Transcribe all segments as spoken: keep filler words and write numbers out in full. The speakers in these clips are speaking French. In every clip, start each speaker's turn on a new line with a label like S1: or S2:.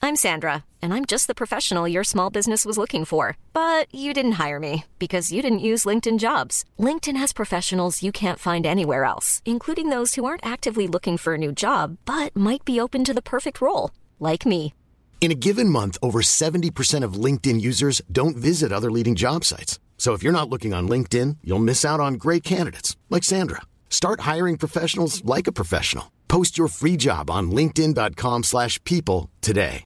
S1: I'm Sandra, and I'm just the professional your small business was looking for. But you didn't hire me because you didn't use LinkedIn Jobs. LinkedIn has professionals you can't find anywhere else, including those who aren't actively looking for a new job, but might be open to the perfect role, like me.
S2: In a given month, over seventy percent of LinkedIn users don't visit other leading job sites. So if you're not looking on LinkedIn, you'll miss out on great candidates like Sandra. Start hiring professionals like a professional. Post your free job on linkedin dot com slash people today.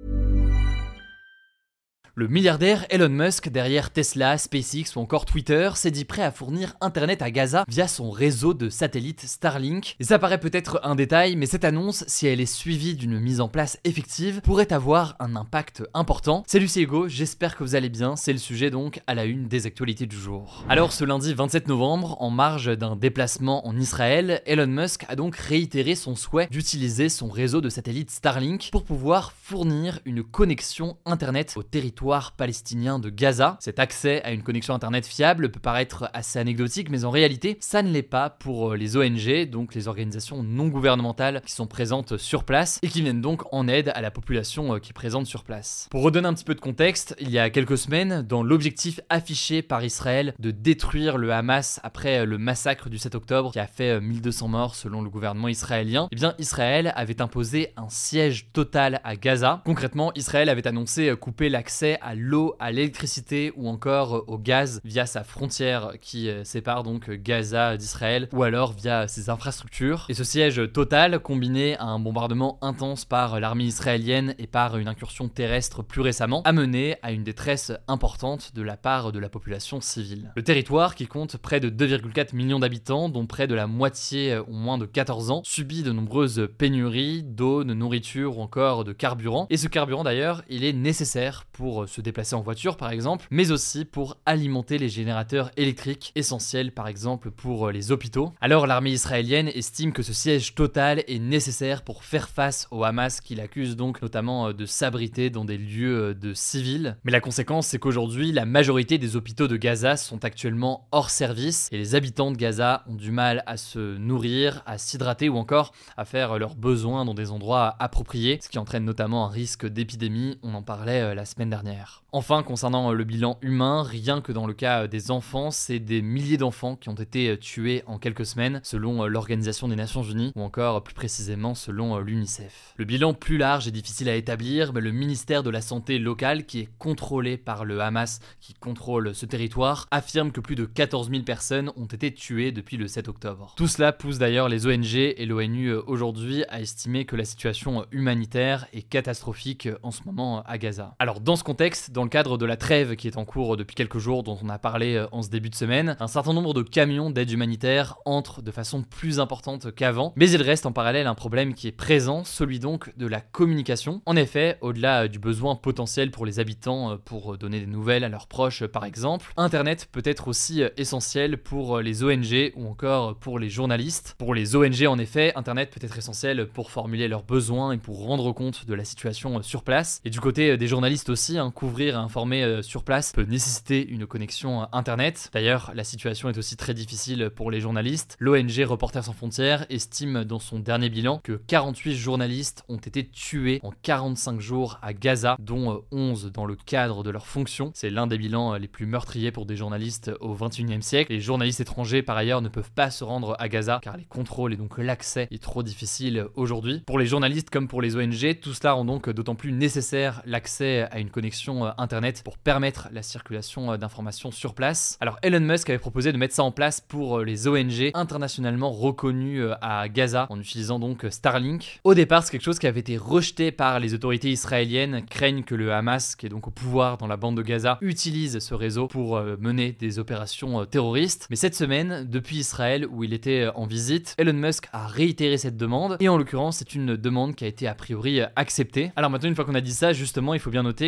S3: Le milliardaire Elon Musk, derrière Tesla, SpaceX ou encore Twitter, s'est dit prêt à fournir Internet à Gaza via son réseau de satellites Starlink. Et ça paraît peut-être un détail, mais cette annonce, si elle est suivie d'une mise en place effective, pourrait avoir un impact important. Salut, c'est Hugo, j'espère que vous allez bien, c'est le sujet donc à la une des actualités du jour. Alors ce lundi vingt-sept novembre, en marge d'un déplacement en Israël, Elon Musk a donc réitéré son souhait d'utiliser son réseau de satellites Starlink pour pouvoir fournir une connexion Internet au territoire palestinien de Gaza. Cet accès à une connexion internet fiable peut paraître assez anecdotique, mais en réalité, ça ne l'est pas pour les O N G, donc les organisations non gouvernementales qui sont présentes sur place et qui viennent donc en aide à la population qui est présente sur place. Pour redonner un petit peu de contexte, il y a quelques semaines, dans l'objectif affiché par Israël de détruire le Hamas après le massacre du sept octobre qui a fait mille deux cents morts selon le gouvernement israélien, eh bien Israël avait imposé un siège total à Gaza. Concrètement, Israël avait annoncé couper l'accès à l'eau, à l'électricité ou encore au gaz via sa frontière qui sépare donc Gaza d'Israël ou alors via ses infrastructures. Et ce siège total, combiné à un bombardement intense par l'armée israélienne et par une incursion terrestre plus récemment, a mené à une détresse importante de la part de la population civile. Le territoire, qui compte près de deux virgule quatre millions d'habitants, dont près de la moitié ont moins de quatorze ans, subit de nombreuses pénuries d'eau, de nourriture ou encore de carburant. Et ce carburant d'ailleurs, il est nécessaire pour se déplacer en voiture par exemple, mais aussi pour alimenter les générateurs électriques essentiels par exemple pour les hôpitaux. Alors l'armée israélienne estime que ce siège total est nécessaire pour faire face au Hamas qui l'accuse donc notamment de s'abriter dans des lieux de civils. Mais la conséquence c'est qu'aujourd'hui la majorité des hôpitaux de Gaza sont actuellement hors service et les habitants de Gaza ont du mal à se nourrir, à s'hydrater ou encore à faire leurs besoins dans des endroits appropriés, ce qui entraîne notamment un risque d'épidémie, on en parlait la semaine dernière. Enfin, concernant le bilan humain, rien que dans le cas des enfants, c'est des milliers d'enfants qui ont été tués en quelques semaines, selon l'Organisation des Nations Unies, ou encore plus précisément selon l'UNICEF. Le bilan plus large est difficile à établir, mais le ministère de la Santé locale, qui est contrôlé par le Hamas, qui contrôle ce territoire, affirme que plus de quatorze mille personnes ont été tuées depuis le sept octobre. Tout cela pousse d'ailleurs les O N G et l'ONU aujourd'hui à estimer que la situation humanitaire est catastrophique en ce moment à Gaza. Alors dans ce contexte, dans le cadre de la trêve qui est en cours depuis quelques jours, dont on a parlé en ce début de semaine, un certain nombre de camions d'aide humanitaire entrent de façon plus importante qu'avant, mais il reste en parallèle un problème qui est présent, celui donc de la communication. En effet, au-delà du besoin potentiel pour les habitants pour donner des nouvelles à leurs proches par exemple, Internet peut être aussi essentiel pour les O N G ou encore pour les journalistes. Pour les O N G en effet, Internet peut être essentiel pour formuler leurs besoins et pour rendre compte de la situation sur place. Et du côté des journalistes aussi, hein, couvrir et informer euh, sur place peut nécessiter une connexion internet. D'ailleurs, la situation est aussi très difficile pour les journalistes. L'O N G Reporters sans frontières estime dans son dernier bilan que quarante-huit journalistes ont été tués en quarante-cinq jours à Gaza, dont euh, onze dans le cadre de leur fonction. C'est l'un des bilans euh, les plus meurtriers pour des journalistes au vingt et unième siècle. Les journalistes étrangers, par ailleurs, ne peuvent pas se rendre à Gaza car les contrôles et donc l'accès est trop difficile aujourd'hui. Pour les journalistes comme pour les O N G, tout cela rend donc d'autant plus nécessaire l'accès à une connexion internet pour permettre la circulation d'informations sur place. Alors Elon Musk avait proposé de mettre ça en place pour les O N G internationalement reconnus à Gaza en utilisant donc Starlink. Au départ, c'est quelque chose qui avait été rejeté par les autorités israéliennes, craignent que le Hamas, qui est donc au pouvoir dans la bande de Gaza, utilise ce réseau pour mener des opérations terroristes. Mais cette semaine, depuis Israël où il était en visite, Elon Musk a réitéré cette demande et en l'occurrence, c'est une demande qui a été a priori acceptée. Alors maintenant, une fois qu'on a dit ça, justement, il faut bien noter que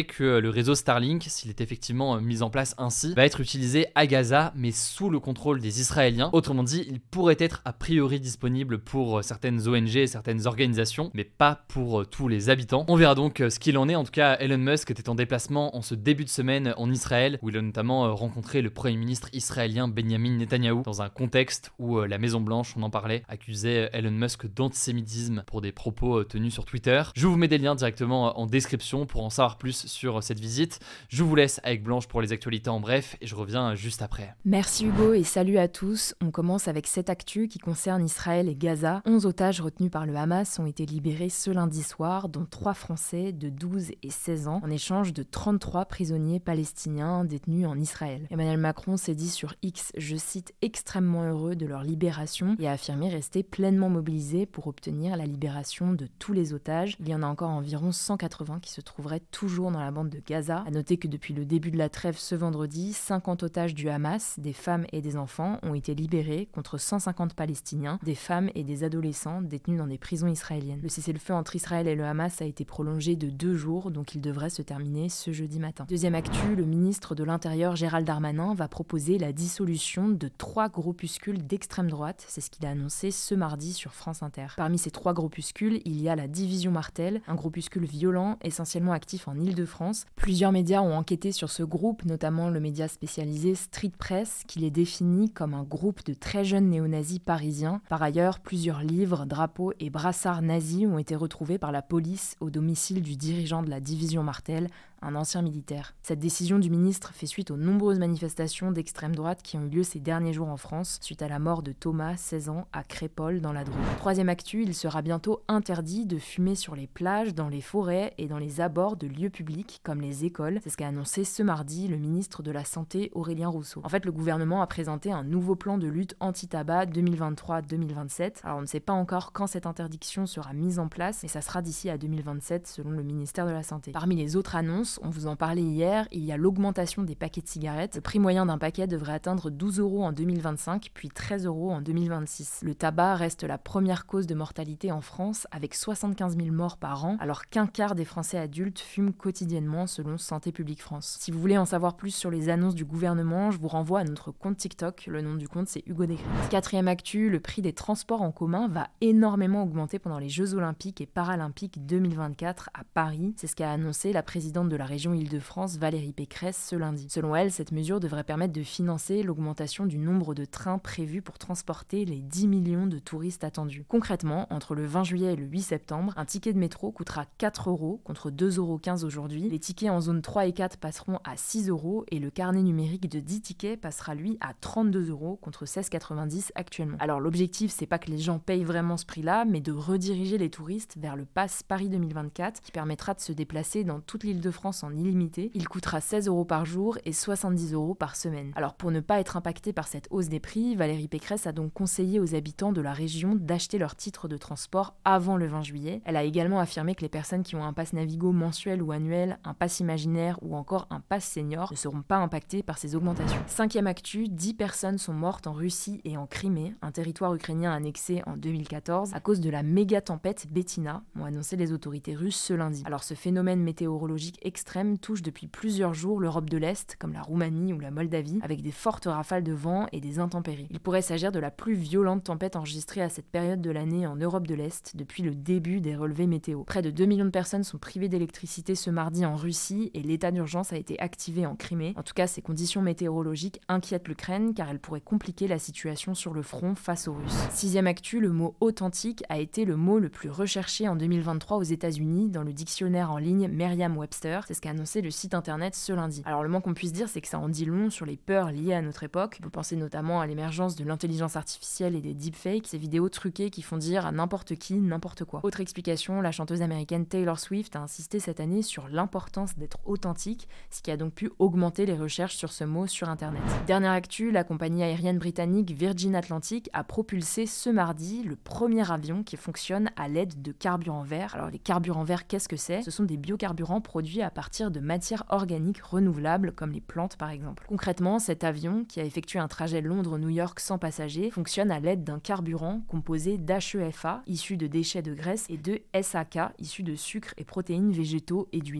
S3: le réseau Starlink, s'il est effectivement mis en place ainsi, va être utilisé à Gaza, mais sous le contrôle des Israéliens. Autrement dit, il pourrait être a priori disponible pour certaines O N G et certaines organisations, mais pas pour tous les habitants. On verra donc ce qu'il en est. En tout cas, Elon Musk était en déplacement en ce début de semaine en Israël, où il a notamment rencontré le premier ministre israélien Benjamin Netanyahou, dans un contexte où la Maison-Blanche, on en parlait, accusait Elon Musk d'antisémitisme pour des propos tenus sur Twitter. Je vous mets des liens directement en description pour en savoir plus sur cette visite. Je vous laisse avec Blanche pour les actualités en bref et je reviens juste après.
S4: Merci Hugo et salut à tous. On commence avec cette actu qui concerne Israël et Gaza. onze otages retenus par le Hamas ont été libérés ce lundi soir, dont trois Français de douze et seize ans, en échange de trente-trois prisonniers palestiniens détenus en Israël. Emmanuel Macron s'est dit sur X, je cite, extrêmement heureux de leur libération et a affirmé rester pleinement mobilisé pour obtenir la libération de tous les otages. Il y en a encore environ cent quatre-vingts qui se trouveraient toujours dans la bande de Gaza. A noter que depuis le début de la trêve ce vendredi, cinquante otages du Hamas, des femmes et des enfants, ont été libérés contre cent cinquante Palestiniens, des femmes et des adolescents détenus dans des prisons israéliennes. Le cessez-le-feu entre Israël et le Hamas a été prolongé de deux jours, donc il devrait se terminer ce jeudi matin. Deuxième actu, le ministre de l'Intérieur Gérald Darmanin va proposer la dissolution de trois groupuscules d'extrême droite, c'est ce qu'il a annoncé ce mardi sur France Inter. Parmi ces trois groupuscules, il y a la Division Martel, un groupuscule violent essentiellement actif en Île-de-France. Plusieurs médias ont enquêté sur ce groupe, notamment le média spécialisé Street Press, qui les définit comme un groupe de très jeunes néo-nazis parisiens. Par ailleurs, plusieurs livres, drapeaux et brassards nazis ont été retrouvés par la police au domicile du dirigeant de la Division Martel, un ancien militaire. Cette décision du ministre fait suite aux nombreuses manifestations d'extrême droite qui ont eu lieu ces derniers jours en France, suite à la mort de Thomas, seize ans, à Crépol, dans la Drôme. Troisième actu, il sera bientôt interdit de fumer sur les plages, dans les forêts et dans les abords de lieux publics comme les écoles. C'est ce qu'a annoncé ce mardi le ministre de la Santé, Aurélien Rousseau. En fait, le gouvernement a présenté un nouveau plan de lutte anti-tabac deux mille vingt-trois deux mille vingt-sept. Alors, on ne sait pas encore quand cette interdiction sera mise en place, mais ça sera d'ici à deux mille vingt-sept, selon le ministère de la Santé. Parmi les autres annonces, on vous en parlait hier, il y a l'augmentation des paquets de cigarettes. Le prix moyen d'un paquet devrait atteindre douze euros en deux mille vingt-cinq, puis treize euros en deux mille vingt-six. Le tabac reste la première cause de mortalité en France, avec soixante-quinze mille morts par an, alors qu'un quart des Français adultes fument quotidiennement, selon Santé publique France. Si vous voulez en savoir plus sur les annonces du gouvernement, je vous renvoie à notre compte TikTok. Le nom du compte, c'est Hugo Décrypte. Quatrième actu, le prix des transports en commun va énormément augmenter pendant les Jeux Olympiques et Paralympiques deux mille vingt-quatre à Paris. C'est ce qu'a annoncé la présidente de la région Île-de-France, Valérie Pécresse, ce lundi. Selon elle, cette mesure devrait permettre de financer l'augmentation du nombre de trains prévus pour transporter les dix millions de touristes attendus. Concrètement, entre le vingt juillet et le huit septembre, un ticket de métro coûtera quatre euros contre deux euros quinze aujourd'hui. Les tickets en zone trois et quatre passeront à six euros et le carnet numérique de dix tickets passera lui à trente-deux euros contre seize quatre-vingt-dix actuellement. Alors l'objectif, c'est pas que les gens payent vraiment ce prix-là, mais de rediriger les touristes vers le Pass Paris deux mille vingt-quatre qui permettra de se déplacer dans toute l'Île-de-France en illimité. Il coûtera seize euros par jour et soixante-dix euros par semaine. Alors pour ne pas être impacté par cette hausse des prix, Valérie Pécresse a donc conseillé aux habitants de la région d'acheter leur titre de transport avant le vingt juillet. Elle a également affirmé que les personnes qui ont un pass Navigo mensuel ou annuel, un pass imaginaire ou encore un pass senior ne seront pas impactées par ces augmentations. Cinquième actu, dix personnes sont mortes en Russie et en Crimée, un territoire ukrainien annexé en deux mille quatorze, à cause de la méga tempête Bettina, ont annoncé les autorités russes ce lundi. Alors ce phénomène météorologique extrême touche depuis plusieurs jours l'Europe de l'Est, comme la Roumanie ou la Moldavie, avec des fortes rafales de vent et des intempéries. Il pourrait s'agir de la plus violente tempête enregistrée à cette période de l'année en Europe de l'Est depuis le début des relevés météo. Près de deux millions de personnes sont privées d'électricité ce mardi en Russie et l'état d'urgence a été activé en Crimée. En tout cas, ces conditions météorologiques inquiètent l'Ukraine car elles pourraient compliquer la situation sur le front face aux Russes. Sixième actu, le mot authentique a été le mot le plus recherché en deux mille vingt-trois aux États-Unis dans le dictionnaire en ligne Merriam-Webster. C'est ce qu'a annoncé le site internet ce lundi. Alors le moins qu'on puisse dire, c'est que ça en dit long sur les peurs liées à notre époque. Vous pensez notamment à l'émergence de l'intelligence artificielle et des deepfakes, ces vidéos truquées qui font dire à n'importe qui n'importe quoi. Autre explication, la chanteuse américaine Taylor Swift a insisté cette année sur l'importance d'être authentique, ce qui a donc pu augmenter les recherches sur ce mot sur internet. Dernière actu, la compagnie aérienne britannique Virgin Atlantic a propulsé ce mardi le premier avion qui fonctionne à l'aide de carburant vert. Alors les carburants verts, qu'est-ce que c'est ? Ce sont des biocarburants produits à partir de matières organiques renouvelables comme les plantes par exemple. Concrètement, cet avion, qui a effectué un trajet Londres-New York sans passagers, fonctionne à l'aide d'un carburant composé d'H E F A, issu de déchets de graisse, et de S A K, issu de sucre et protéines végétaux et d'huile. Alors une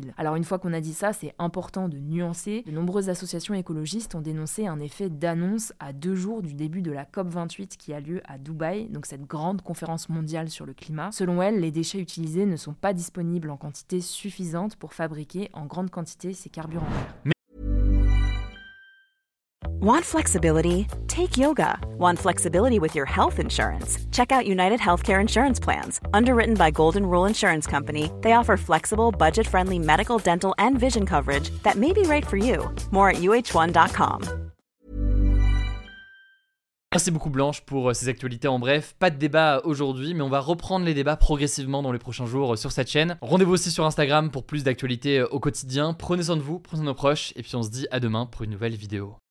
S4: une fois qu'on a dit ça, c'est important de nuancer. De nombreuses associations écologistes ont dénoncé un effet d'annonce à deux jours du début de la C O P vingt-huit qui a lieu à Dubaï, donc cette grande conférence mondiale sur le climat. Selon elles, les déchets utilisés ne sont pas disponibles en quantité suffisante pour fabriquer en grande quantité ces carburants verts.
S5: Want flexibility? Take yoga. Want flexibility with your health insurance? Check out United Healthcare Insurance Plans. Underwritten by Golden Rule Insurance Company, they offer flexible, budget-friendly medical, dental, and vision coverage that may be right for you. More at U H one dot com.
S3: Merci beaucoup Blanche pour ces actualités en bref. Pas de débat aujourd'hui, mais on va reprendre les débats progressivement dans les prochains jours sur cette chaîne. Rendez-vous aussi sur Instagram pour plus d'actualités au quotidien. Prenez soin de vous, prenez soin de nos proches, et puis on se dit à demain pour une nouvelle vidéo.